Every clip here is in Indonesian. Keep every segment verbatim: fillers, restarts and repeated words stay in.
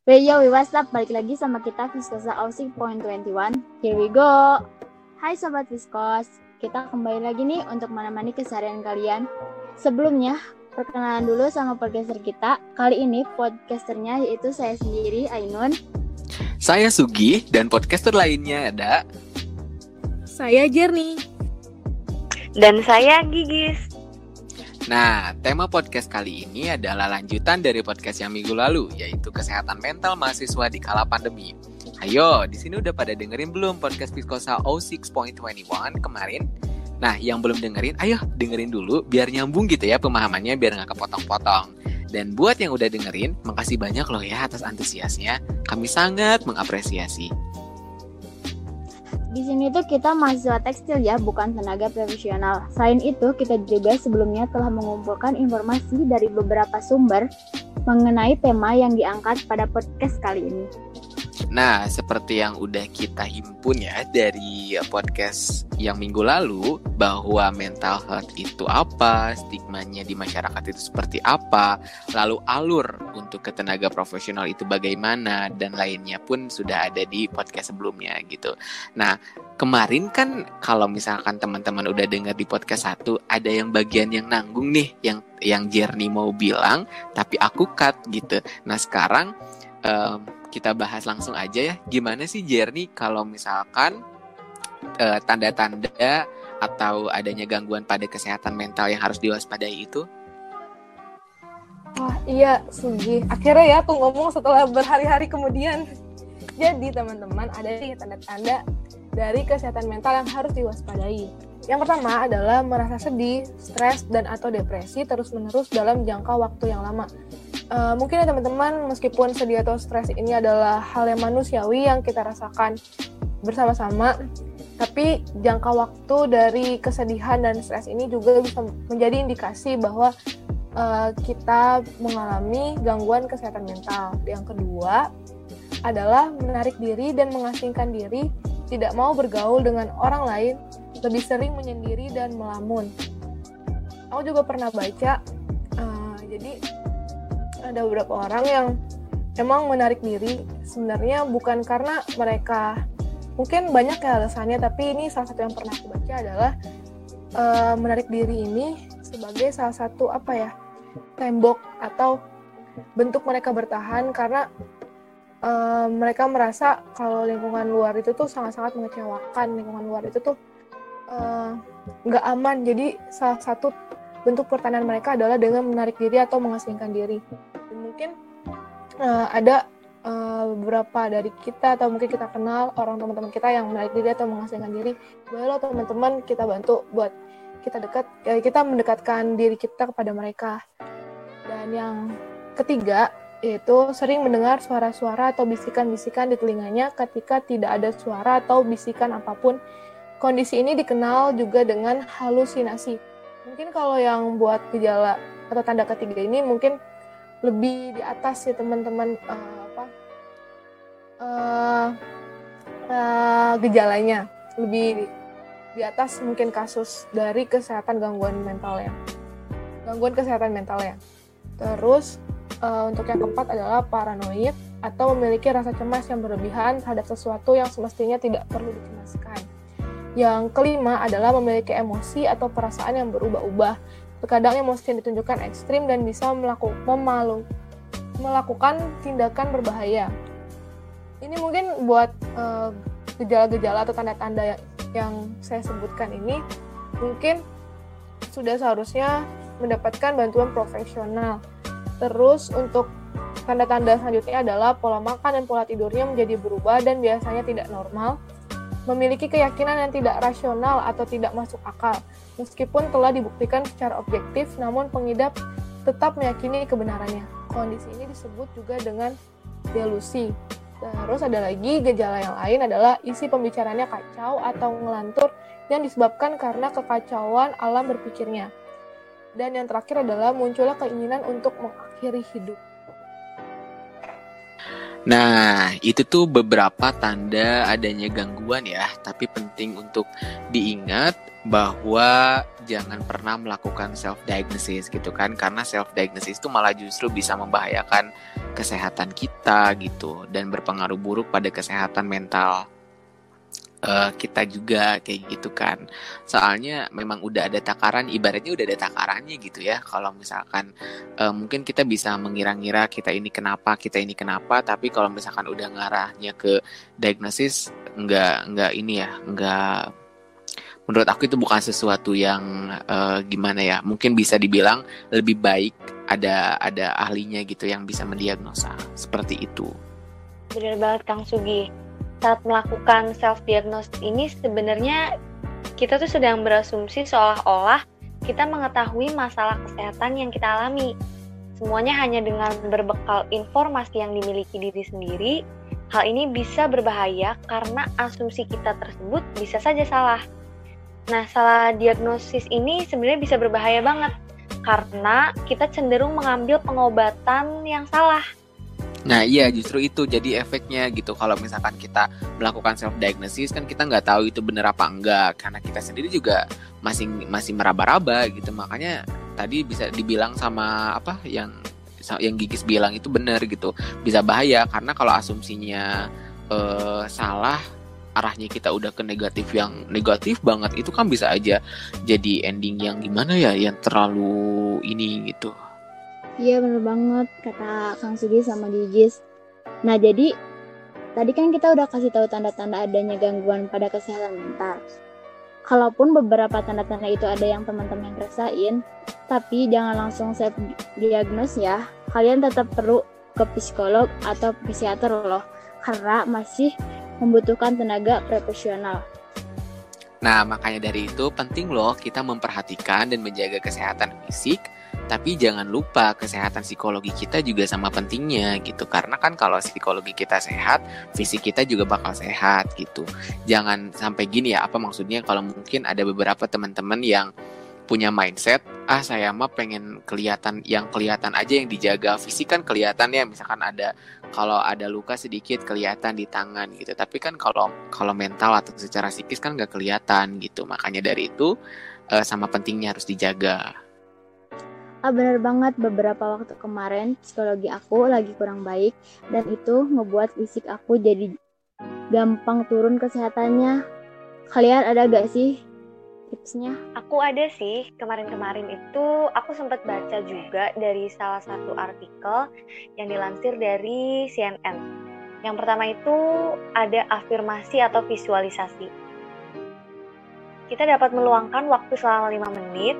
Hey yo, what's up? Balik lagi sama kita Viskosa Ausik Point dua puluh satu. Here we go. Hai Sobat Viskos, kita kembali lagi nih untuk menemani keseharian kalian. Sebelumnya, perkenalan dulu sama podcaster kita. Kali ini podcasternya yaitu saya sendiri, Ainun. Saya Sugi, dan podcaster lainnya ada saya Jerni. Dan saya Gigis. Nah, tema podcast kali ini adalah lanjutan dari podcast yang minggu lalu, yaitu kesehatan mental mahasiswa di kala pandemi. Ayo, di sini udah pada dengerin belum podcast Viskosa O enam Point dua puluh satu kemarin? Nah, yang belum dengerin, ayo dengerin dulu biar nyambung gitu ya pemahamannya, biar nggak kepotong-potong. Dan buat yang udah dengerin, makasih banyak loh ya atas antusiasnya. Kami sangat mengapresiasi. Di sini tuh kita mahasiswa tekstil ya, bukan tenaga profesional. Selain itu, kita juga sebelumnya telah mengumpulkan informasi dari beberapa sumber mengenai tema yang diangkat pada podcast kali ini. Nah, seperti yang udah kita himpun ya dari podcast yang minggu lalu, bahwa mental health itu apa, stigmanya di masyarakat itu seperti apa, lalu alur untuk ke tenaga profesional itu bagaimana, dan lainnya pun sudah ada di podcast sebelumnya gitu. Nah, kemarin kan kalau misalkan teman-teman udah dengar di podcast satu, ada yang bagian yang nanggung nih, yang yang Jerni mau bilang, tapi aku cut gitu. Nah, sekarang um, kita bahas langsung aja ya. Gimana sih Jerni kalau misalkan uh, tanda-tanda atau adanya gangguan pada kesehatan mental yang harus diwaspadai itu? Wah iya Sugi, akhirnya ya aku ngomong setelah berhari-hari kemudian. Jadi teman-teman, ada nih tanda-tanda dari kesehatan mental yang harus diwaspadai. Yang pertama adalah merasa sedih, stres, dan atau depresi terus-menerus dalam jangka waktu yang lama. Uh, mungkin ya teman-teman, meskipun sedih atau stres ini adalah hal yang manusiawi yang kita rasakan bersama-sama, tapi jangka waktu dari kesedihan dan stres ini juga bisa menjadi indikasi bahwa uh, kita mengalami gangguan kesehatan mental. Yang kedua adalah menarik diri dan mengasingkan diri, tidak mau bergaul dengan orang lain, lebih sering menyendiri dan melamun. Aku juga pernah baca, uh, jadi ada beberapa orang yang emang menarik diri sebenarnya bukan karena mereka, mungkin banyak ya alasannya, tapi ini salah satu yang pernah aku baca adalah uh, menarik diri ini sebagai salah satu apa ya tembok atau bentuk mereka bertahan karena uh, mereka merasa kalau lingkungan luar itu tuh sangat-sangat mengecewakan, lingkungan luar itu tuh nggak uh, aman. Jadi salah satu bentuk pertahanan mereka adalah dengan menarik diri atau mengasingkan diri. Dan mungkin uh, ada uh, beberapa dari kita atau mungkin kita kenal orang teman-teman kita yang menarik diri atau mengasingkan diri. Boleh lo teman-teman kita bantu buat kita dekat, ya, kita mendekatkan diri kita kepada mereka. Dan yang ketiga yaitu sering mendengar suara-suara atau bisikan-bisikan di telinganya ketika tidak ada suara atau bisikan apapun. Kondisi ini dikenal juga dengan halusinasi. Mungkin kalau yang buat gejala atau tanda ketiga ini mungkin lebih di atas ya teman-teman uh, apa uh, uh, gejalanya lebih di, di atas mungkin kasus dari kesehatan gangguan mentalnya, gangguan kesehatan mentalnya. Terus uh, untuk yang keempat adalah paranoid atau memiliki rasa cemas yang berlebihan terhadap sesuatu yang semestinya tidak perlu dicemaskan. Yang kelima adalah memiliki emosi atau perasaan yang berubah-ubah. Terkadang emosi yang ditunjukkan ekstrim dan bisa melaku, memalu, melakukan tindakan berbahaya. Ini mungkin buat uh, gejala-gejala atau tanda-tanda yang saya sebutkan ini mungkin sudah seharusnya mendapatkan bantuan profesional. Terus untuk tanda-tanda selanjutnya adalah pola makan dan pola tidurnya menjadi berubah dan biasanya tidak normal. Memiliki keyakinan yang tidak rasional atau tidak masuk akal. Meskipun telah dibuktikan secara objektif, namun pengidap tetap meyakini kebenarannya. Kondisi ini disebut juga dengan delusi. Terus ada lagi gejala yang lain adalah isi pembicaranya kacau atau ngelantur yang disebabkan karena kekacauan alam berpikirnya. Dan yang terakhir adalah munculnya keinginan untuk mengakhiri hidup. Nah, itu tuh beberapa tanda adanya gangguan ya, tapi penting untuk diingat bahwa jangan pernah melakukan self diagnosis gitu kan, karena self diagnosis itu malah justru bisa membahayakan kesehatan kita gitu dan berpengaruh buruk pada kesehatan mental uh, kita juga kayak gitu kan. Soalnya memang udah ada takaran, ibaratnya udah ada takarannya gitu ya. Kalau misalkan uh, mungkin kita bisa mengira-ngira kita ini kenapa, kita ini kenapa, tapi kalau misalkan udah ngarahnya ke diagnosis, enggak enggak ini ya, enggak, menurut aku itu bukan sesuatu yang uh, gimana ya, mungkin bisa dibilang lebih baik ada ada ahlinya gitu yang bisa mendiagnosa seperti itu. Benar banget Kang Sugi. Saat melakukan self-diagnosis ini sebenarnya kita tuh sedang berasumsi seolah-olah kita mengetahui masalah kesehatan yang kita alami. Semuanya hanya dengan berbekal informasi yang dimiliki diri sendiri. Hal ini bisa berbahaya karena asumsi kita tersebut bisa saja salah. Nah, salah diagnosis ini sebenarnya bisa berbahaya banget karena kita cenderung mengambil pengobatan yang salah. Nah iya, justru itu jadi efeknya gitu. Kalau misalkan kita melakukan self diagnosis kan kita nggak tahu itu benar apa enggak, karena kita sendiri juga masih masih meraba-raba gitu. Makanya tadi bisa dibilang sama apa yang yang Gigis bilang itu benar gitu, bisa bahaya karena kalau asumsinya eh, salah, arahnya kita udah ke negatif yang negatif banget, itu kan bisa aja jadi ending yang gimana ya, yang terlalu ini gitu. Iya bener banget kata Kang Sugi sama Gigis. Nah jadi tadi kan kita udah kasih tahu tanda-tanda adanya gangguan pada kesehatan mental. Kalaupun beberapa tanda-tanda itu ada yang teman-teman rasain, tapi jangan langsung self diagnose ya. Kalian tetap perlu ke psikolog atau psikiater loh, karena masih membutuhkan tenaga profesional. Nah makanya dari itu penting loh kita memperhatikan dan menjaga kesehatan fisik, tapi jangan lupa kesehatan psikologi kita juga sama pentingnya gitu. Karena kan kalau psikologi kita sehat, fisik kita juga bakal sehat gitu. Jangan sampai gini ya, apa maksudnya, kalau mungkin ada beberapa teman-teman yang punya mindset, ah saya mah pengen kelihatan, yang kelihatan aja yang dijaga. Fisik kan kelihatan ya, misalkan ada, kalau ada luka sedikit kelihatan di tangan gitu. Tapi kan kalau kalau mental atau secara psikis kan gak kelihatan gitu. Makanya dari itu eh, sama pentingnya harus dijaga. Ah bener banget, beberapa waktu kemarin psikologi aku lagi kurang baik dan itu ngebuat fisik aku jadi gampang turun kesehatannya. Kalian ada gak sih tipsnya? Aku ada sih, kemarin-kemarin itu aku sempat baca juga dari salah satu artikel yang dilansir dari C N N. Yang pertama itu ada afirmasi atau visualisasi. Kita dapat meluangkan waktu selama lima menit.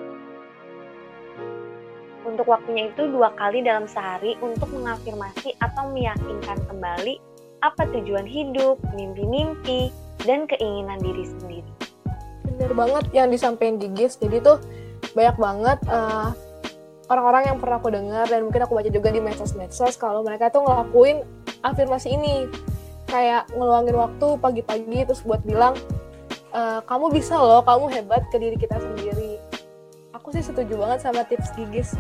Untuk waktunya itu dua kali dalam sehari untuk mengafirmasi atau meyakinkan kembali apa tujuan hidup, mimpi-mimpi, dan keinginan diri sendiri. Bener banget yang disampaikan Gigis. Jadi tuh banyak banget uh, orang-orang yang pernah aku dengar dan mungkin aku baca juga di medsos-medsos kalau mereka tuh ngelakuin afirmasi ini. Kayak ngeluangin waktu pagi-pagi terus buat bilang, e, kamu bisa loh, kamu hebat ke diri kita sendiri. Aku sih setuju banget sama tips Gigis.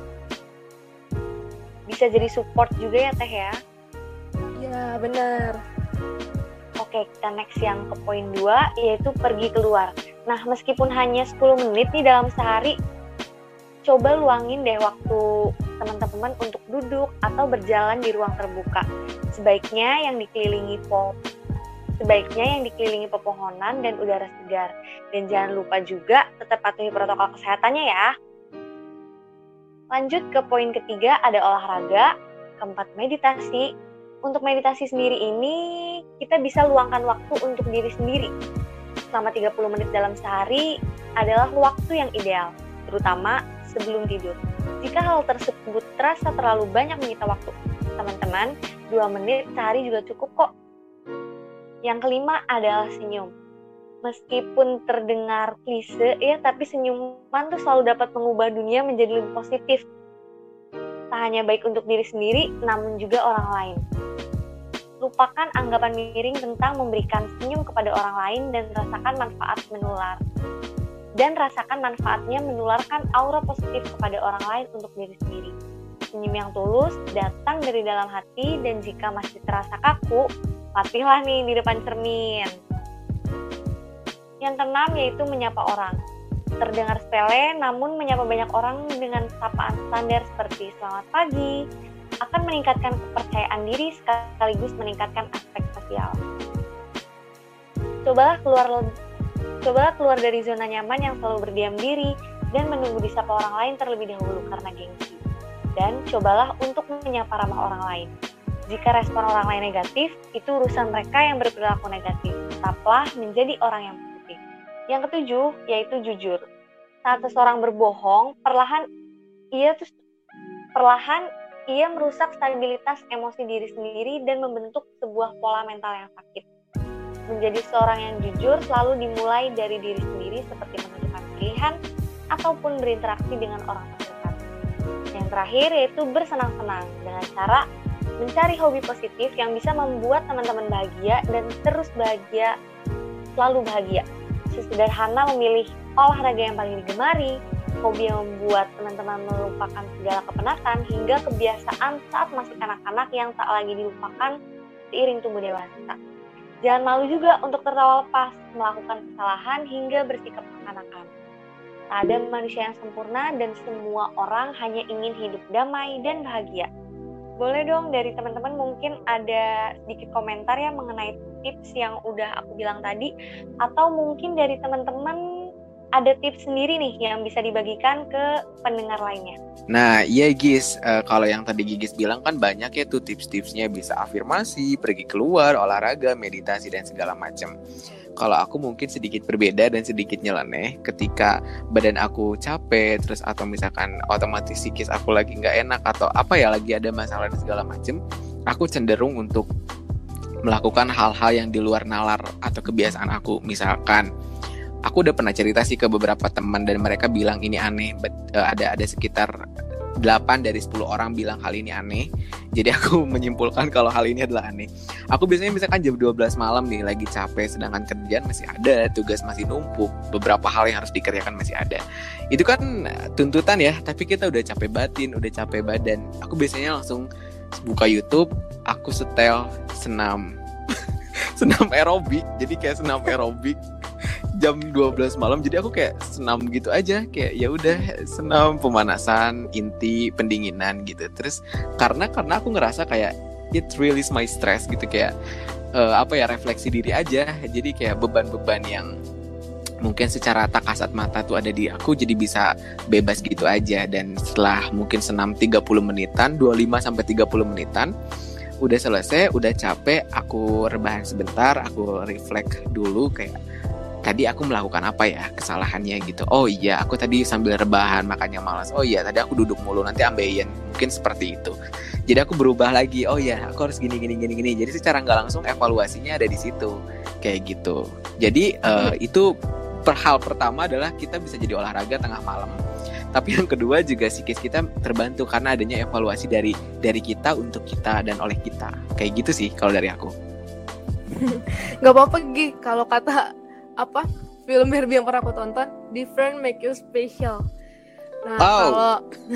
Bisa jadi support juga ya Teh ya? Iya benar. Oke, kita next yang ke poin dua, yaitu pergi keluar. Nah, meskipun hanya sepuluh menit nih dalam sehari, coba luangin deh waktu teman-teman untuk duduk atau berjalan di ruang terbuka. Sebaiknya yang dikelilingi po Sebaiknya yang dikelilingi pepohonan dan udara segar. Dan jangan lupa juga tetap patuhi protokol kesehatannya ya. Lanjut ke poin ketiga, ada olahraga. Keempat, meditasi. Untuk meditasi sendiri ini, kita bisa luangkan waktu untuk diri sendiri. Selama tiga puluh menit dalam sehari adalah waktu yang ideal, terutama sebelum tidur. Jika hal tersebut terasa terlalu banyak menyita waktu teman-teman, dua menit sehari juga cukup kok. Yang kelima adalah senyum. Meskipun terdengar klise ya, tapi senyuman tuh selalu dapat mengubah dunia menjadi lebih positif. Tak hanya baik untuk diri sendiri, namun juga orang lain. Lupakan anggapan miring tentang memberikan senyum kepada orang lain dan rasakan manfaat menular. Dan rasakan manfaatnya menularkan aura positif kepada orang lain untuk diri sendiri. Senyum yang tulus datang dari dalam hati, dan jika masih terasa kaku, latihlah nih di depan cermin. Yang keenam yaitu menyapa orang. Terdengar sepele, namun menyapa banyak orang dengan sapaan standar seperti selamat pagi akan meningkatkan kepercayaan diri sekaligus meningkatkan aspek sosial. Cobalah keluar cobalah keluar dari zona nyaman yang selalu berdiam diri dan menunggu disapa orang lain terlebih dahulu karena gengsi. Dan cobalah untuk menyapa ramah orang lain. Jika respon orang lain negatif, itu urusan mereka yang berperilaku negatif. Tetaplah menjadi orang yang positif. Yang ketujuh, yaitu jujur. Saat seseorang berbohong, perlahan ia terus perlahan ia merusak stabilitas emosi diri sendiri dan membentuk sebuah pola mental yang sakit. Menjadi seorang yang jujur selalu dimulai dari diri sendiri seperti menentukan pilihan ataupun berinteraksi dengan orang terdekat. Yang terakhir yaitu bersenang-senang dengan cara mencari hobi positif yang bisa membuat teman-teman bahagia dan terus bahagia, selalu bahagia. Sesederhana memilih olahraga yang paling digemari, hobi yang membuat teman-teman melupakan segala kepenatan, hingga kebiasaan saat masih kanak-kanak yang tak lagi dilupakan seiring tumbuh dewasa. Jangan malu juga untuk tertawa lepas, melakukan kesalahan hingga bersikap kekanakan. Tak ada manusia yang sempurna dan semua orang hanya ingin hidup damai dan bahagia. Boleh dong dari teman-teman mungkin ada sedikit komentar ya mengenai tips yang udah aku bilang tadi, atau mungkin dari teman-teman ada tips sendiri nih yang bisa dibagikan ke pendengar lainnya. Nah, iya Gis, uh, kalau yang tadi Gigis bilang kan banyak ya tuh tips-tipsnya, bisa afirmasi, pergi keluar, olahraga, meditasi dan segala macam. Kalau aku mungkin sedikit berbeda dan sedikit nyeleneh ketika badan aku capek terus atau misalkan otomatis psikis aku lagi nggak enak atau apa ya lagi ada masalah dan segala macam, aku cenderung untuk melakukan hal-hal yang di luar nalar atau kebiasaan aku. Misalkan aku udah pernah cerita sih ke beberapa teman dan mereka bilang ini aneh, but, uh, ada ada sekitar delapan dari sepuluh orang bilang hal ini aneh. Jadi aku menyimpulkan kalau hal ini adalah aneh. Aku biasanya misalkan jam dua belas malam nih lagi capek, sedangkan kerjaan masih ada, tugas masih numpuk, beberapa hal yang harus dikerjakan masih ada. Itu kan tuntutan ya, tapi kita udah capek batin, udah capek badan. Aku biasanya langsung buka YouTube, aku setel senam senam aerobik. Jadi kayak senam aerobik jam dua belas malam, jadi aku kayak senam gitu aja, kayak ya udah senam pemanasan, inti pendinginan gitu. Terus karena karena aku ngerasa kayak it release my stress gitu, kayak uh, apa ya refleksi diri aja. Jadi kayak beban-beban yang mungkin secara tak kasat mata tuh ada di aku jadi bisa bebas gitu aja. Dan setelah mungkin senam tiga puluh menitan, dua puluh lima sampai tiga puluh menitan, udah selesai, udah capek, aku rebahan sebentar, aku reflect dulu kayak tadi aku melakukan apa ya kesalahannya gitu. Oh iya, aku tadi sambil rebahan makanya malas. Oh iya, tadi aku duduk mulu, nanti ambeien. Mungkin seperti itu. Jadi aku berubah lagi. Oh iya, aku harus gini gini gini gini. Jadi secara nggak langsung evaluasinya ada di situ. Kayak gitu. Jadi uh, itu per hal pertama adalah kita bisa jadi olahraga tengah malam. Tapi yang kedua juga psikis kita terbantu karena adanya evaluasi dari dari kita untuk kita dan oleh kita. Kayak gitu sih kalau dari aku. Gak apa-apa Gi, kalau kata apa film Barbie yang pernah aku tonton, different make you special. Nah oh. Kalau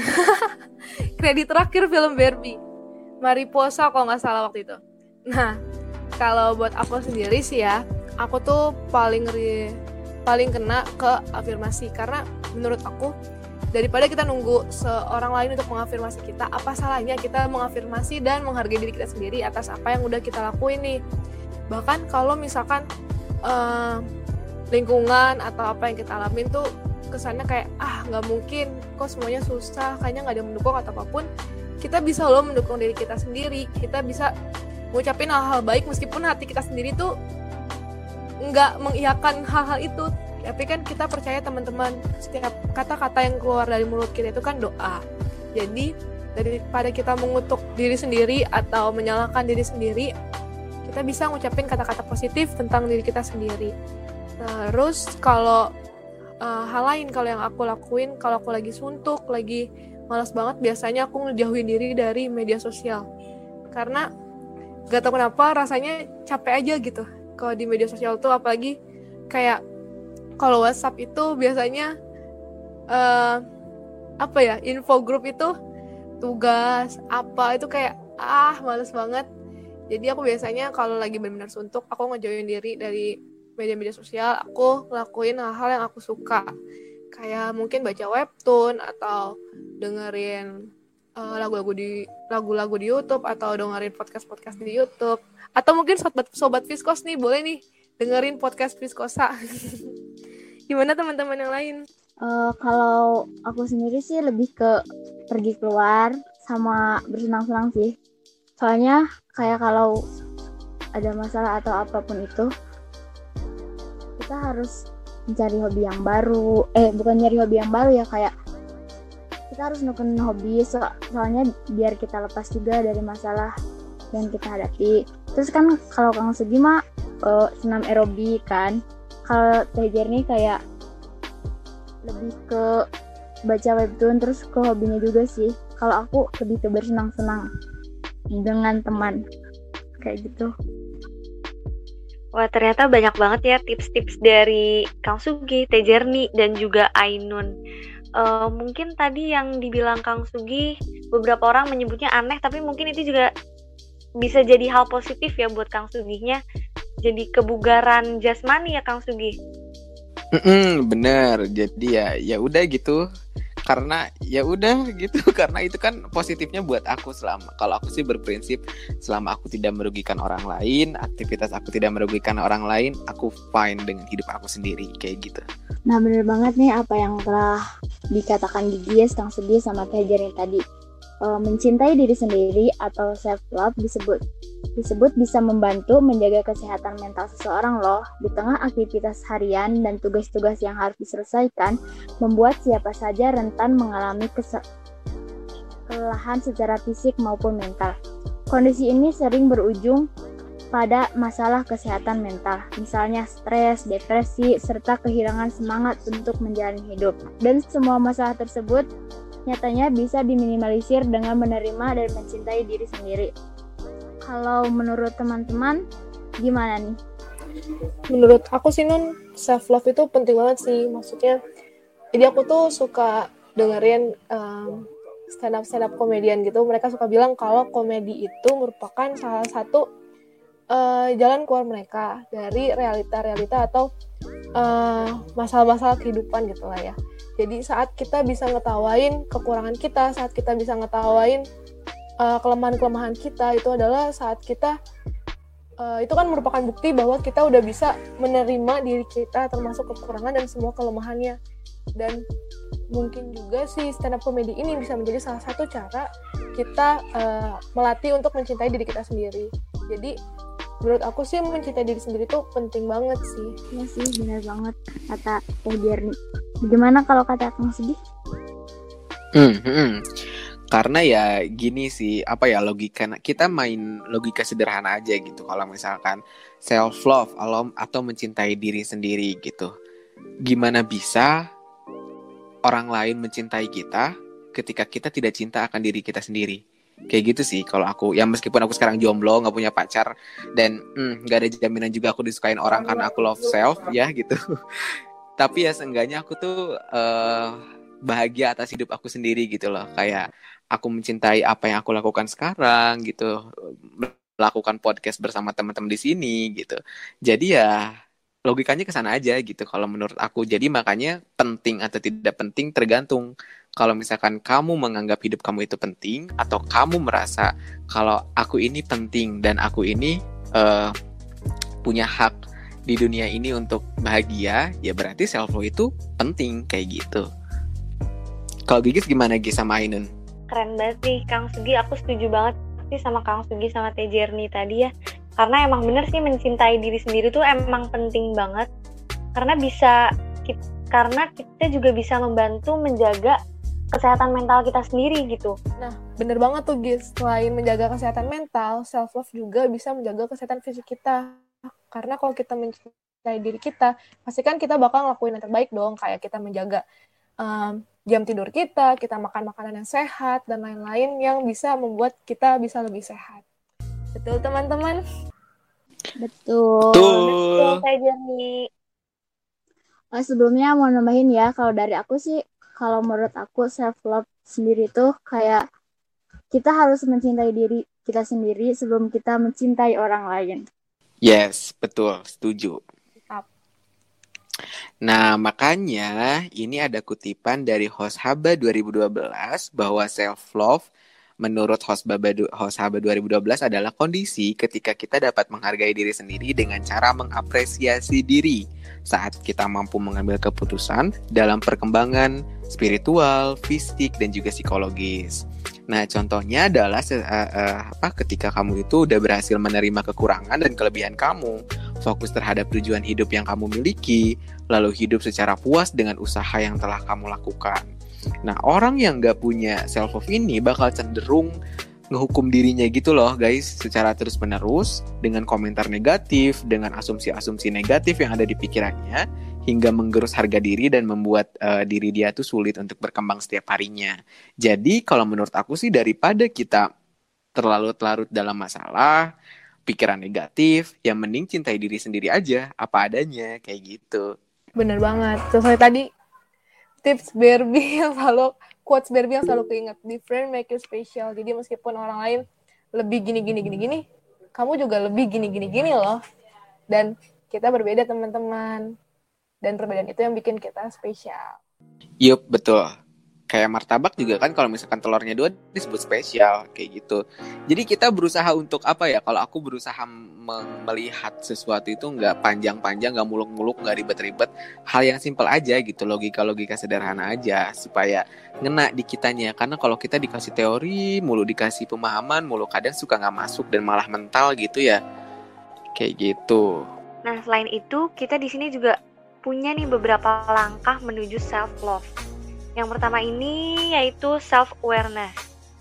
kredit terakhir film Barbie, Mariposa kalau nggak salah waktu itu. Nah kalau buat aku sendiri sih ya, aku tuh paling re, paling kena ke afirmasi, karena menurut aku daripada kita nunggu seorang lain untuk mengafirmasi kita, apa salahnya kita mengafirmasi dan menghargai diri kita sendiri atas apa yang udah kita lakuin nih. Bahkan kalau misalkan uh, lingkungan atau apa yang kita alamin tuh kesannya kayak ah nggak mungkin, kok semuanya susah, kayaknya nggak ada mendukung atau apapun, kita bisa loh mendukung diri kita sendiri. Kita bisa ngucapin hal-hal baik meskipun hati kita sendiri tuh nggak mengiyakan hal-hal itu, tapi kan kita percaya teman-teman setiap kata-kata yang keluar dari mulut kita itu kan doa. Jadi daripada kita mengutuk diri sendiri atau menyalahkan diri sendiri, kita bisa ngucapin kata-kata positif tentang diri kita sendiri. Terus kalau uh, hal lain kalau yang aku lakuin kalau aku lagi suntuk, lagi malas banget, biasanya aku ngejauhin diri dari media sosial. Karena gak tahu kenapa rasanya capek aja gitu kalau di media sosial tuh, apalagi kayak kalau WhatsApp itu biasanya uh, apa ya, info grup itu tugas apa itu kayak ah males banget. Jadi aku biasanya kalau lagi benar-benar suntuk, aku ngejauhin diri dari media-media sosial, aku ngelakuin hal-hal yang aku suka. kayak mungkin baca webtoon atau dengerin uh, lagu-lagu di lagu-lagu di YouTube atau dengerin podcast-podcast di YouTube, atau mungkin sobat sobat Viskos nih boleh nih dengerin podcast Viskosa. Gimana teman-teman yang lain? Uh, kalau aku sendiri sih lebih ke pergi keluar sama bersenang-senang sih. Soalnya kayak kalau ada masalah atau apapun itu, kita harus mencari hobi yang baru. Eh bukan nyari hobi yang baru ya, kayak kita harus nekunin hobi so- soalnya biar kita lepas juga dari masalah yang kita hadapi. Terus kan kalau Kang Sugi mah uh, senam aerobik kan. Kalau Teh Jernih kayak lebih ke baca webtoon, terus ke hobinya juga sih. Kalau aku lebih ke bersenang-senang dengan teman kayak gitu. Wah, ternyata banyak banget ya tips-tips dari Kang Sugi, Teh Jernih, dan juga Ainun. Uh, mungkin tadi yang dibilang Kang Sugi, beberapa orang menyebutnya aneh, tapi mungkin itu juga bisa jadi hal positif ya buat Kang Suginya. Jadi kebugaran jasmani ya Kang Sugi. Mm-mm, bener. Jadi ya ya udah gitu. Karena ya udah gitu. Karena itu kan positifnya buat aku. Selama kalau aku sih berprinsip selama aku tidak merugikan orang lain, aktivitas aku tidak merugikan orang lain, aku fine dengan hidup aku sendiri kayak gitu. Nah bener banget nih apa yang telah dikatakan Gigi, Kang Sugi sama Teh Jernih tadi. E, mencintai diri sendiri atau self love disebut disebut bisa membantu menjaga kesehatan mental seseorang loh. Di tengah aktivitas harian dan tugas-tugas yang harus diselesaikan, membuat siapa saja rentan mengalami kese- kelelahan secara fisik maupun mental. Kondisi ini sering berujung pada masalah kesehatan mental, misalnya stres, depresi, serta kehilangan semangat untuk menjalani hidup. Dan semua masalah tersebut nyatanya bisa diminimalisir dengan menerima dan mencintai diri sendiri. Kalau menurut teman-teman, gimana nih? Menurut aku sih Nun, self love itu penting banget sih. Maksudnya, jadi aku tuh suka dengerin um, stand up stand up komedian gitu. Mereka suka bilang kalau komedi itu merupakan salah satu uh, jalan keluar mereka dari realita-realita atau uh, masalah-masalah kehidupan gitu lah ya. Jadi saat kita bisa ngetawain kekurangan kita, saat kita bisa ngetawain Uh, kelemahan-kelemahan kita, itu adalah saat kita uh, itu kan merupakan bukti bahwa kita udah bisa menerima diri kita termasuk kekurangan dan semua kelemahannya. Dan mungkin juga sih stand up comedy ini bisa menjadi salah satu cara kita uh, melatih untuk mencintai diri kita sendiri. Jadi menurut aku sih mencintai diri sendiri itu penting banget sih. Iya sih, benar banget kata Teh Jernih. Bagaimana kalau kata Kang Sugi? Hmm, hmm. Karena ya gini sih, apa ya logika, kita main logika sederhana aja gitu. Kalau misalkan self love atau mencintai diri sendiri gitu, gimana bisa orang lain mencintai kita ketika kita tidak cinta akan diri kita sendiri? Kayak gitu sih kalau aku. Ya meskipun aku sekarang jomblo, nggak punya pacar, dan hmm, nggak ada jaminan juga aku disukain orang karena aku love self ya gitu. Tapi ya seenggaknya aku tuh uh, bahagia atas hidup aku sendiri gitu loh. Kayak aku mencintai apa yang aku lakukan sekarang gitu, melakukan podcast bersama teman-teman di sini gitu. Jadi ya logikanya kesana aja gitu kalau menurut aku. Jadi makanya penting atau tidak penting tergantung. Kalau misalkan kamu menganggap hidup kamu itu penting, atau kamu merasa kalau aku ini penting dan aku ini uh, punya hak di dunia ini untuk bahagia, ya berarti self love itu penting kayak gitu. Kalau Gigis gimana Gis sama Ainun? Keren banget nih Kang Sugi, aku setuju banget sih sama Kang Sugi sama Teh Jernih tadi ya. Karena emang bener sih mencintai diri sendiri tuh emang penting banget. Karena bisa karena kita juga bisa membantu menjaga kesehatan mental kita sendiri gitu. Nah, bener banget tuh Gis. Selain menjaga kesehatan mental, self love juga bisa menjaga kesehatan fisik kita. Karena kalau kita mencintai diri kita, pasti kan kita bakal ngelakuin yang terbaik dong, kayak kita menjaga um, jam tidur kita, kita makan makanan yang sehat, dan lain-lain yang bisa membuat kita bisa lebih sehat. Betul, teman-teman? Betul. Betul, Teh Jernih. Oh, sebelumnya mau nambahin ya, kalau dari aku sih, kalau menurut aku self-love sendiri tuh kayak kita harus mencintai diri kita sendiri sebelum kita mencintai orang lain. Yes, betul, setuju. Nah, makanya ini ada kutipan dari host Haba dua ribu dua belas bahwa self-love menurut host Haba, host Haba dua ribu dua belas adalah kondisi ketika kita dapat menghargai diri sendiri dengan cara mengapresiasi diri saat kita mampu mengambil keputusan dalam perkembangan spiritual, fisik, dan juga psikologis. Nah, contohnya adalah uh, uh, apa ketika kamu itu udah berhasil menerima kekurangan dan kelebihan kamu, fokus terhadap tujuan hidup yang kamu miliki, lalu hidup secara puas dengan usaha yang telah kamu lakukan. Nah, orang yang gak punya self-love ini bakal cenderung ngehukum dirinya gitu loh guys, secara terus-menerus, dengan komentar negatif, dengan asumsi-asumsi negatif yang ada di pikirannya, hingga menggerus harga diri dan membuat uh, diri dia tuh sulit untuk berkembang setiap harinya. Jadi kalau menurut aku sih, daripada kita terlalu larut dalam masalah, pikiran negatif, yang mending cintai diri sendiri aja, apa adanya, kayak gitu. Bener banget. Sesuai tadi tips Barbie yang selalu, quotes Barbie yang selalu keinget, different make you special. Jadi meskipun orang lain lebih gini gini gini gini, kamu juga lebih gini gini gini loh. Dan kita berbeda teman-teman. Dan perbedaan itu yang bikin kita spesial. Yup, betul. Kayak martabak juga kan, kalau misalkan telurnya dua disebut spesial, kayak gitu. Jadi kita berusaha untuk apa ya, kalau aku berusaha m- melihat sesuatu itu nggak panjang-panjang, nggak muluk-muluk, nggak ribet-ribet. Hal yang simpel aja gitu, logika-logika sederhana aja, supaya ngena di kitanya. Karena kalau kita dikasih teori, mulu dikasih pemahaman, mulu kadang suka nggak masuk dan malah mental gitu ya. Kayak gitu. Nah, selain itu, kita di sini juga punya nih beberapa langkah menuju self-love. Yang pertama ini yaitu self-awareness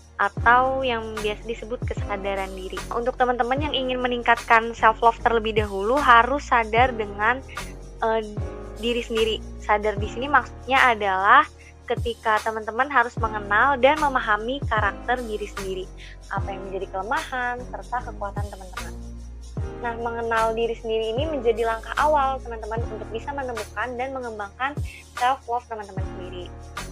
atau yang biasa disebut kesadaran diri. Untuk teman-teman yang ingin meningkatkan self-love terlebih dahulu, harus sadar dengan uh, diri sendiri. Sadar di sini maksudnya adalah ketika teman-teman harus mengenal dan memahami karakter diri sendiri, apa yang menjadi kelemahan serta kekuatan teman-teman. Nah, mengenal diri sendiri ini menjadi langkah awal teman-teman untuk bisa menemukan dan mengembangkan self-love teman-teman sendiri.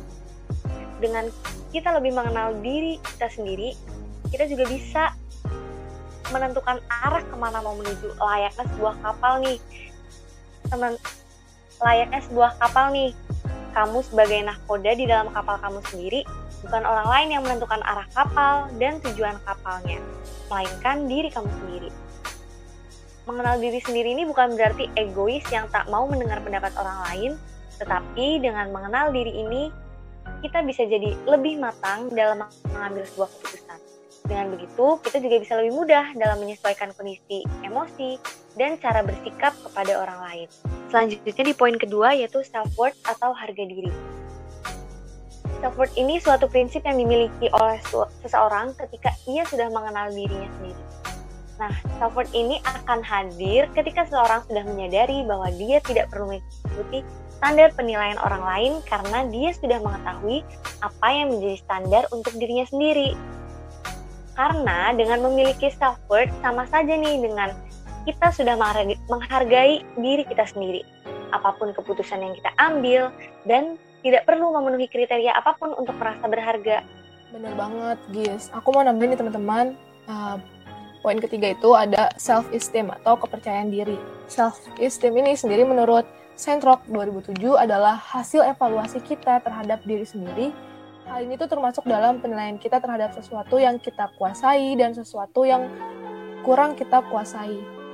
Dengan kita lebih mengenal diri kita sendiri, kita juga bisa menentukan arah kemana mau menuju. Layaknya sebuah kapal nih, teman, layaknya sebuah kapal nih. Kamu sebagai nahkoda di dalam kapal kamu sendiri, bukan orang lain yang menentukan arah kapal dan tujuan kapalnya, melainkan diri kamu sendiri. Mengenal diri sendiri ini bukan berarti egois yang tak mau mendengar pendapat orang lain, tetapi dengan mengenal diri ini, kita bisa jadi lebih matang dalam mengambil sebuah keputusan. Dengan begitu, kita juga bisa lebih mudah dalam menyesuaikan kondisi emosi dan cara bersikap kepada orang lain. Selanjutnya di poin kedua yaitu self-worth atau harga diri. Self-worth ini suatu prinsip yang dimiliki oleh seseorang ketika ia sudah mengenal dirinya sendiri. Nah, self-worth ini akan hadir ketika seseorang sudah menyadari bahwa dia tidak perlu mengikuti standar penilaian orang lain karena dia sudah mengetahui apa yang menjadi standar untuk dirinya sendiri. Karena dengan memiliki self-worth sama saja nih dengan kita sudah menghargai diri kita sendiri. Apapun keputusan yang kita ambil dan tidak perlu memenuhi kriteria apapun untuk merasa berharga. Bener banget, guys. Aku mau nambahin nih teman-teman. Uh, Poin ketiga itu ada self-esteem atau kepercayaan diri. Self-esteem ini sendiri menurut Centrock dua ribu tujuh adalah hasil evaluasi kita terhadap diri sendiri. Hal ini tuh termasuk dalam penilaian kita terhadap sesuatu yang kita kuasai dan sesuatu yang kurang kita kuasai.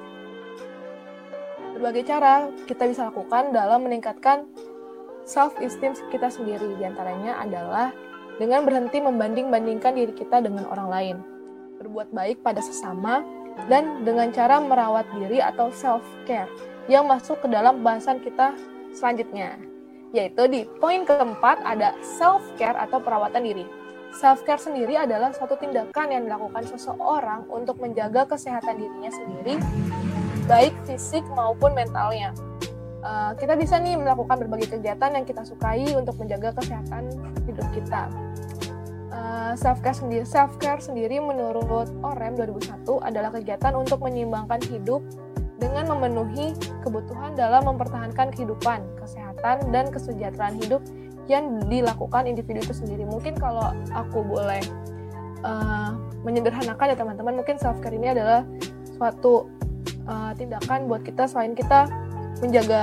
Berbagai cara kita bisa lakukan dalam meningkatkan self-esteem kita sendiri. Di antaranya adalah dengan berhenti membanding-bandingkan diri kita dengan orang lain, berbuat baik pada sesama, dan dengan cara merawat diri atau self-care yang masuk ke dalam bahasan kita selanjutnya, yaitu di poin keempat ada self-care atau perawatan diri. Self-care sendiri adalah suatu tindakan yang dilakukan seseorang untuk menjaga kesehatan dirinya sendiri, baik fisik maupun mentalnya. Uh, kita bisa nih melakukan berbagai kegiatan yang kita sukai untuk menjaga kesehatan hidup kita. Uh, self-care sendiri, self-care sendiri menurut O R E M dua ribu satu adalah kegiatan untuk menyeimbangkan hidup dengan memenuhi kebutuhan dalam mempertahankan kehidupan, kesehatan, dan kesejahteraan hidup yang dilakukan individu itu sendiri. Mungkin kalau aku boleh uh, menyederhanakan ya teman-teman, mungkin self-care ini adalah suatu uh, tindakan buat kita selain kita menjaga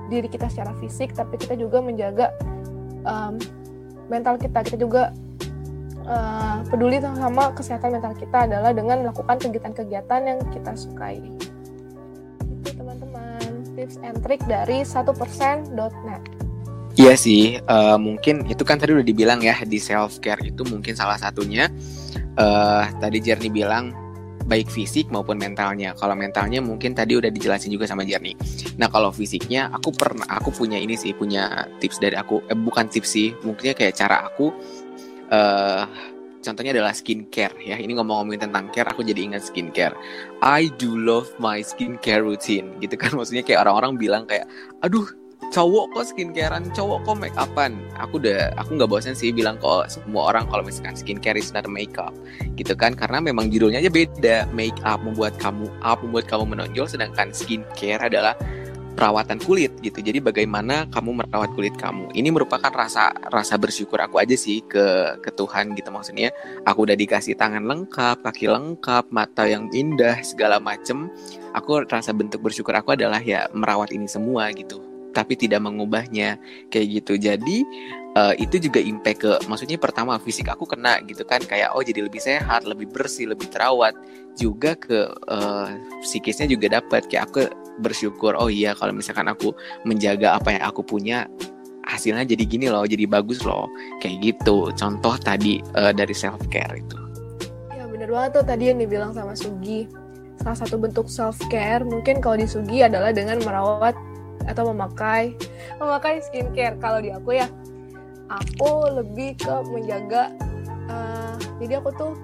diri kita secara fisik, tapi kita juga menjaga um, mental kita. Kita juga uh, peduli sama kesehatan mental kita adalah dengan melakukan kegiatan-kegiatan yang kita sukai. Itu teman-teman, tips and trick dari satu persen dot net. Iya sih, uh, mungkin itu kan tadi udah dibilang ya, di self care itu mungkin salah satunya. Uh, tadi Jerni bilang baik fisik maupun mentalnya. Kalau mentalnya mungkin tadi udah dijelasin juga sama Jerni. Nah kalau fisiknya, aku pernah, aku punya ini sih, punya tips dari aku. Eh, bukan tips sih, mungkinnya kayak cara aku. Uh, contohnya adalah skincare ya. Ini ngomong-ngomongin tentang care, aku jadi ingat skincare. I do love my skincare routine, gitu kan. Maksudnya kayak orang-orang bilang kayak, aduh, cowok kok skincarean, cowok kok make upan. Aku udah, aku nggak bosan sih bilang kok semua orang kalau misalkan skincare is not makeup, gitu kan? Karena memang judulnya aja beda. Make up membuat kamu up, membuat kamu menonjol, sedangkan skincare adalah perawatan kulit, gitu. Jadi bagaimana kamu merawat kulit kamu. Ini merupakan rasa rasa bersyukur aku aja sih ke ke Tuhan, gitu. Maksudnya aku udah dikasih tangan lengkap, kaki lengkap, mata yang indah, segala macem. Aku rasa bentuk bersyukur aku adalah ya merawat ini semua, gitu. Tapi tidak mengubahnya kayak gitu. Jadi uh, itu juga impact ke, maksudnya pertama fisik aku kena gitu kan, kayak oh jadi lebih sehat, lebih bersih, lebih terawat. Juga ke uh, psikisnya juga dapat, kayak aku bersyukur, oh iya kalau misalkan aku menjaga apa yang aku punya, hasilnya jadi gini loh, jadi bagus loh, kayak gitu. Contoh tadi uh, dari self care itu. Ya benar banget tuh tadi yang dibilang sama Sugi. Salah satu bentuk self care mungkin kalau di Sugi adalah dengan merawat atau memakai memakai skincare. Kalau di aku ya, aku lebih ke menjaga uh, jadi aku tuh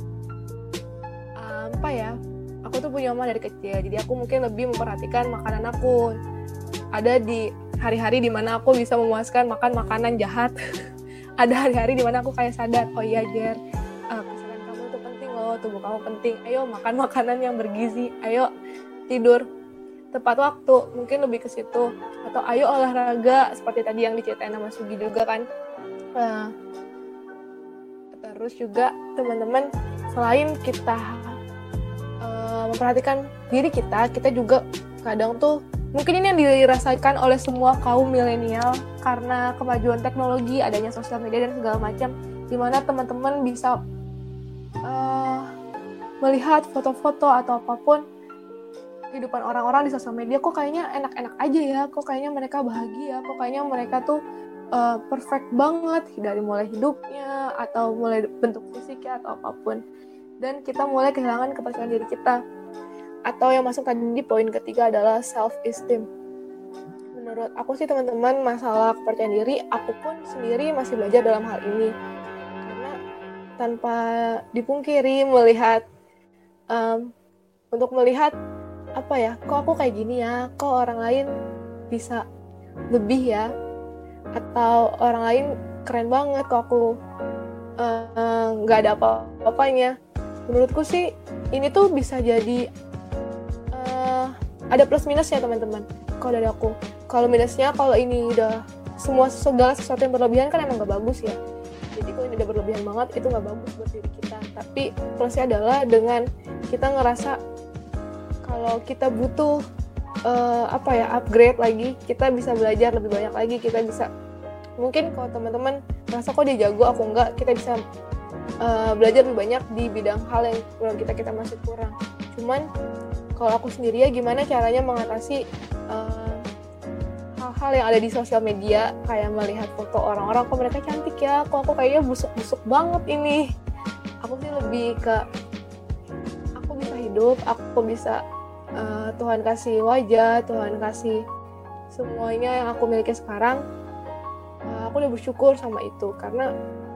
uh, apa ya aku tuh punya mama dari kecil, jadi aku mungkin lebih memperhatikan makanan aku. Ada di hari-hari dimana aku bisa memuaskan makan makanan jahat. Ada hari-hari dimana aku kayak sadar, oh iya Jer, uh, kesehatan kamu itu penting loh, tubuh kamu penting, ayo makan makanan yang bergizi, ayo tidur tepat waktu, mungkin lebih ke situ. Atau ayo olahraga seperti tadi yang diceritain sama Sugi juga kan. Uh, terus juga teman-teman, selain kita uh, memperhatikan diri kita, kita juga kadang tuh mungkin ini yang dirasakan oleh semua kaum milenial karena kemajuan teknologi, adanya sosial media dan segala macam, dimana teman-teman bisa uh, melihat foto-foto atau apapun kehidupan orang-orang di sosial media, kok kayaknya enak-enak aja ya, kok kayaknya mereka bahagia, kok kayaknya mereka tuh uh, perfect banget dari mulai hidupnya atau mulai bentuk fisiknya atau apapun, dan kita mulai kehilangan kepercayaan diri kita. Atau yang masuk tadi di poin ketiga adalah self esteem. Menurut aku sih teman-teman, masalah kepercayaan diri, aku pun sendiri masih belajar dalam hal ini, karena tanpa dipungkiri melihat um, untuk melihat apa ya, kok aku kayak gini ya, kok orang lain bisa lebih ya, atau orang lain keren banget, kok aku nggak uh, ada apa-apanya. Menurutku sih ini tuh bisa jadi uh, ada plus minusnya teman-teman. Kalau dari aku, kalau minusnya, kalau ini udah semua segala sesuatu yang berlebihan kan emang nggak bagus ya. Jadi kalau ini udah berlebihan banget, itu nggak bagus buat diri kita. Tapi plusnya adalah dengan kita ngerasa kalau kita butuh uh, apa ya upgrade lagi, kita bisa belajar lebih banyak lagi, kita bisa mungkin kalau teman-teman merasa kok dia jago aku enggak, kita bisa uh, belajar lebih banyak di bidang hal yang kalau kita kita masih kurang. Cuman kalau aku sendiri ya, gimana caranya mengatasi uh, hal-hal yang ada di sosial media, kayak melihat foto orang-orang, kok mereka cantik ya, kok aku kayaknya busuk-busuk banget ini. Aku sih lebih ke aku bisa hidup, aku bisa Uh, Tuhan kasih wajah, Tuhan kasih semuanya yang aku miliki sekarang. Uh, aku udah bersyukur sama itu, karena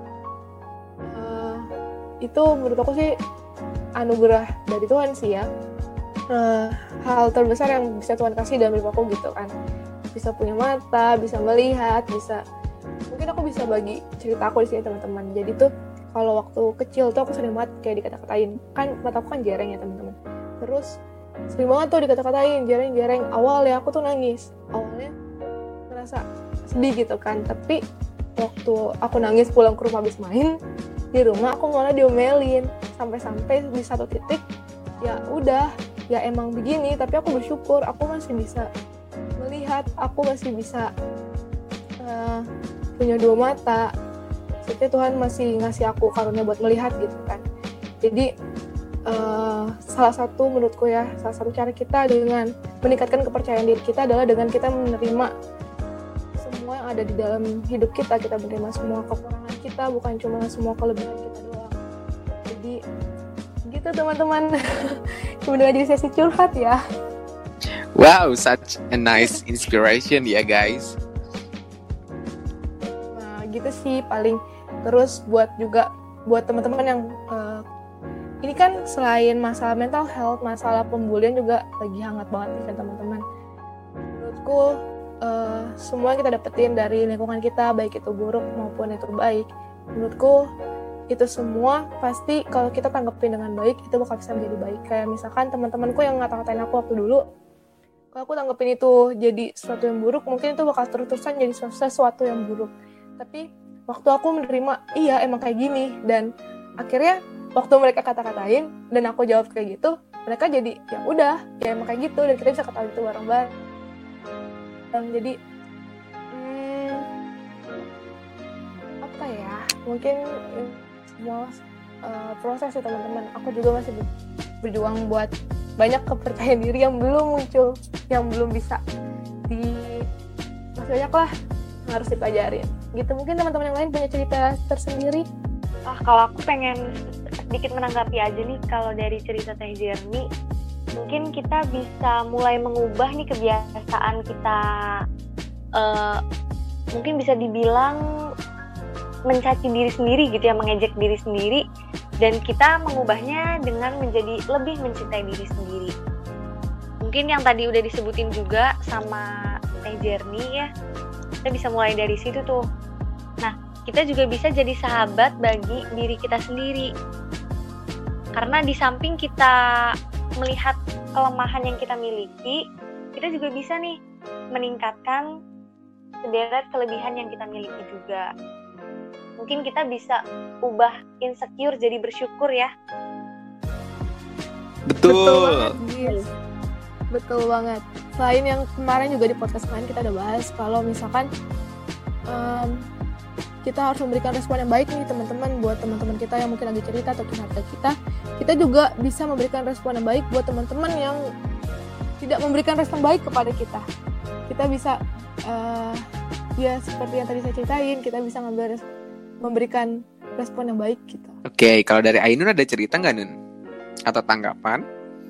uh, itu menurut aku sih anugerah dari Tuhan sih ya. Uh, hal terbesar yang bisa Tuhan kasih dalam hidup aku gitu kan. Bisa punya mata, bisa melihat, bisa mungkin aku bisa bagi cerita aku di sini teman-teman. Jadi tuh kalau waktu kecil tuh aku sering banget kayak dikata-katain, kan mataku kan jereng ya teman-teman. Terus sering banget tuh dikata-katain, jereng-jereng. Awalnya aku tuh nangis, awalnya ngerasa sedih gitu kan. Tapi waktu aku nangis pulang ke rumah habis main, di rumah aku malah diomelin. Sampai-sampai di satu titik, ya udah, ya emang begini. Tapi aku bersyukur, aku masih bisa melihat melihat, aku masih bisa uh, punya dua mata. Maksudnya Tuhan masih ngasih aku karunia buat melihat gitu kan. Jadi uh, salah satu menurutku ya, salah satu cara kita dengan meningkatkan kepercayaan diri kita adalah dengan kita menerima semua yang ada di dalam hidup kita. Kita menerima semua kekurangan kita, bukan cuma semua kelebihan kita doang. Jadi gitu teman-teman. Kemudian jadi sesi curhat ya. Wow, such a nice inspiration ya guys. Nah gitu sih paling. Terus buat juga buat teman-teman yang uh, ini kan selain masalah mental health, masalah pembulian juga lagi hangat banget nih kan teman-teman. Menurutku uh, semua yang kita dapetin dari lingkungan kita, baik itu buruk maupun itu baik, menurutku itu semua pasti kalau kita tanggepin dengan baik itu bakal bisa menjadi baik. Kayak misalkan teman-temanku yang ngata-ngatain aku waktu dulu, kalau aku tanggepin itu jadi sesuatu yang buruk, mungkin itu bakal terus-terusan jadi sesuatu yang buruk. Tapi waktu aku menerima, iya emang kayak gini, dan akhirnya waktu mereka kata-katain dan aku jawab kayak gitu, mereka jadi ya udah, ya emang kayak gitu, dan kita bisa ketahui itu bareng-bareng. Jadi hmm, apa ya? Mungkin semua uh, proses ya teman-teman. Aku juga masih berjuang buat banyak kepercayaan diri yang belum muncul, yang belum bisa di masih banyak lah harus dipelajarin. Gitu, mungkin teman-teman yang lain punya cerita tersendiri. Ah, kalau aku pengen sedikit menanggapi aja nih, kalau dari cerita Teh Jerni, mungkin kita bisa mulai mengubah nih kebiasaan kita, uh, mungkin bisa dibilang mencaci diri sendiri gitu ya, mengejek diri sendiri, dan kita mengubahnya dengan menjadi lebih mencintai diri sendiri. Mungkin yang tadi udah disebutin juga sama Teh Jerni ya, kita bisa mulai dari situ tuh. Nah, kita juga bisa jadi sahabat bagi diri kita sendiri. Karena di samping kita melihat kelemahan yang kita miliki, kita juga bisa nih meningkatkan sederet kelebihan yang kita miliki juga. Mungkin kita bisa ubah insecure jadi bersyukur ya. Betul. Betul banget, guys. Betul banget. Selain yang kemarin juga di podcast kemarin kita udah bahas, kalau misalkan um, kita harus memberikan respon yang baik nih teman-teman, buat teman-teman kita yang mungkin lagi cerita atau curhat ke kita. Kita juga bisa memberikan respon yang baik buat teman-teman yang tidak memberikan respon baik kepada kita. Kita bisa uh, ya seperti yang tadi saya ceritain, kita bisa ngambil res- memberikan respon yang baik gitu. Oke, okay, kalau dari Ainun ada cerita nggak Nun? Atau tanggapan?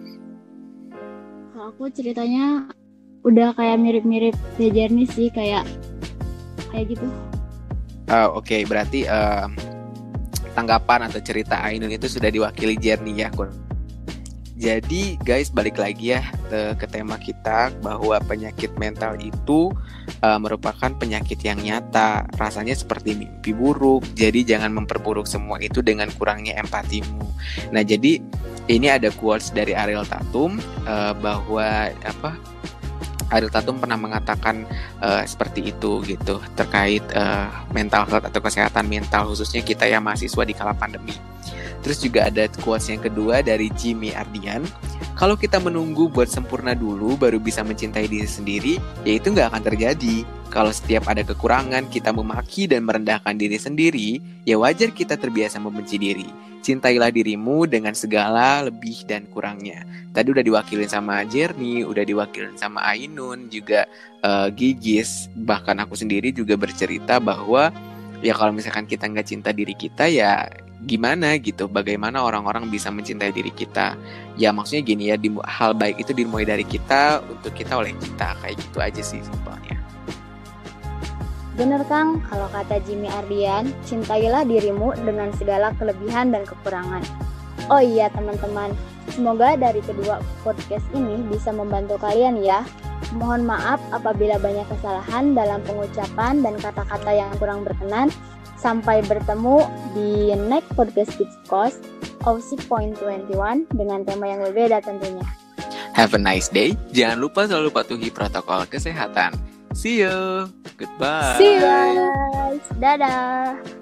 Kalau aku ceritanya udah kayak mirip-mirip Teh Jerni sih, kayak kayak gitu. Uh, Oke, okay, berarti uh, tanggapan atau cerita Ainun itu sudah diwakili Jerni ya, Kun. Jadi guys, balik lagi ya ke, ke tema kita, bahwa penyakit mental itu uh, merupakan penyakit yang nyata. Rasanya seperti mimpi buruk. Jadi jangan memperburuk semua itu dengan kurangnya empatimu. Nah, jadi ini ada quotes dari Ariel Tatum uh, bahwa apa? Ariel Tatum pernah mengatakan uh, seperti itu gitu terkait uh, mental health atau kesehatan mental, khususnya kita yang mahasiswa di kala pandemi. Terus juga ada quotes yang kedua dari Jimmy Ardian, kalau kita menunggu buat sempurna dulu baru bisa mencintai diri sendiri, ya itu nggak akan terjadi. Kalau setiap ada kekurangan kita memaki dan merendahkan diri sendiri, ya wajar kita terbiasa membenci diri. Cintailah dirimu dengan segala lebih dan kurangnya. Tadi udah diwakilin sama Jerni, udah diwakilin sama Ainun, juga uh, Gigis, bahkan aku sendiri juga bercerita bahwa ya kalau misalkan kita nggak cinta diri kita, ya gimana gitu, bagaimana orang-orang bisa mencintai diri kita. Ya maksudnya gini ya, dim- hal baik itu dimulai dari kita, untuk kita oleh kita, kayak gitu aja sih simpelnya. Bener Kang, kalau kata Jimmy Ardian, cintailah dirimu dengan segala kelebihan dan kekurangan. Oh iya teman-teman, semoga dari kedua podcast ini bisa membantu kalian ya. Mohon maaf apabila banyak kesalahan dalam pengucapan dan kata-kata yang kurang berkenan. Sampai bertemu di next podcast Discourse O S I Point dua puluh satu dengan tema yang berbeda tentunya. Have a nice day. Jangan lupa selalu patuhi protokol kesehatan. See you. Goodbye. See you. Guys, dadah.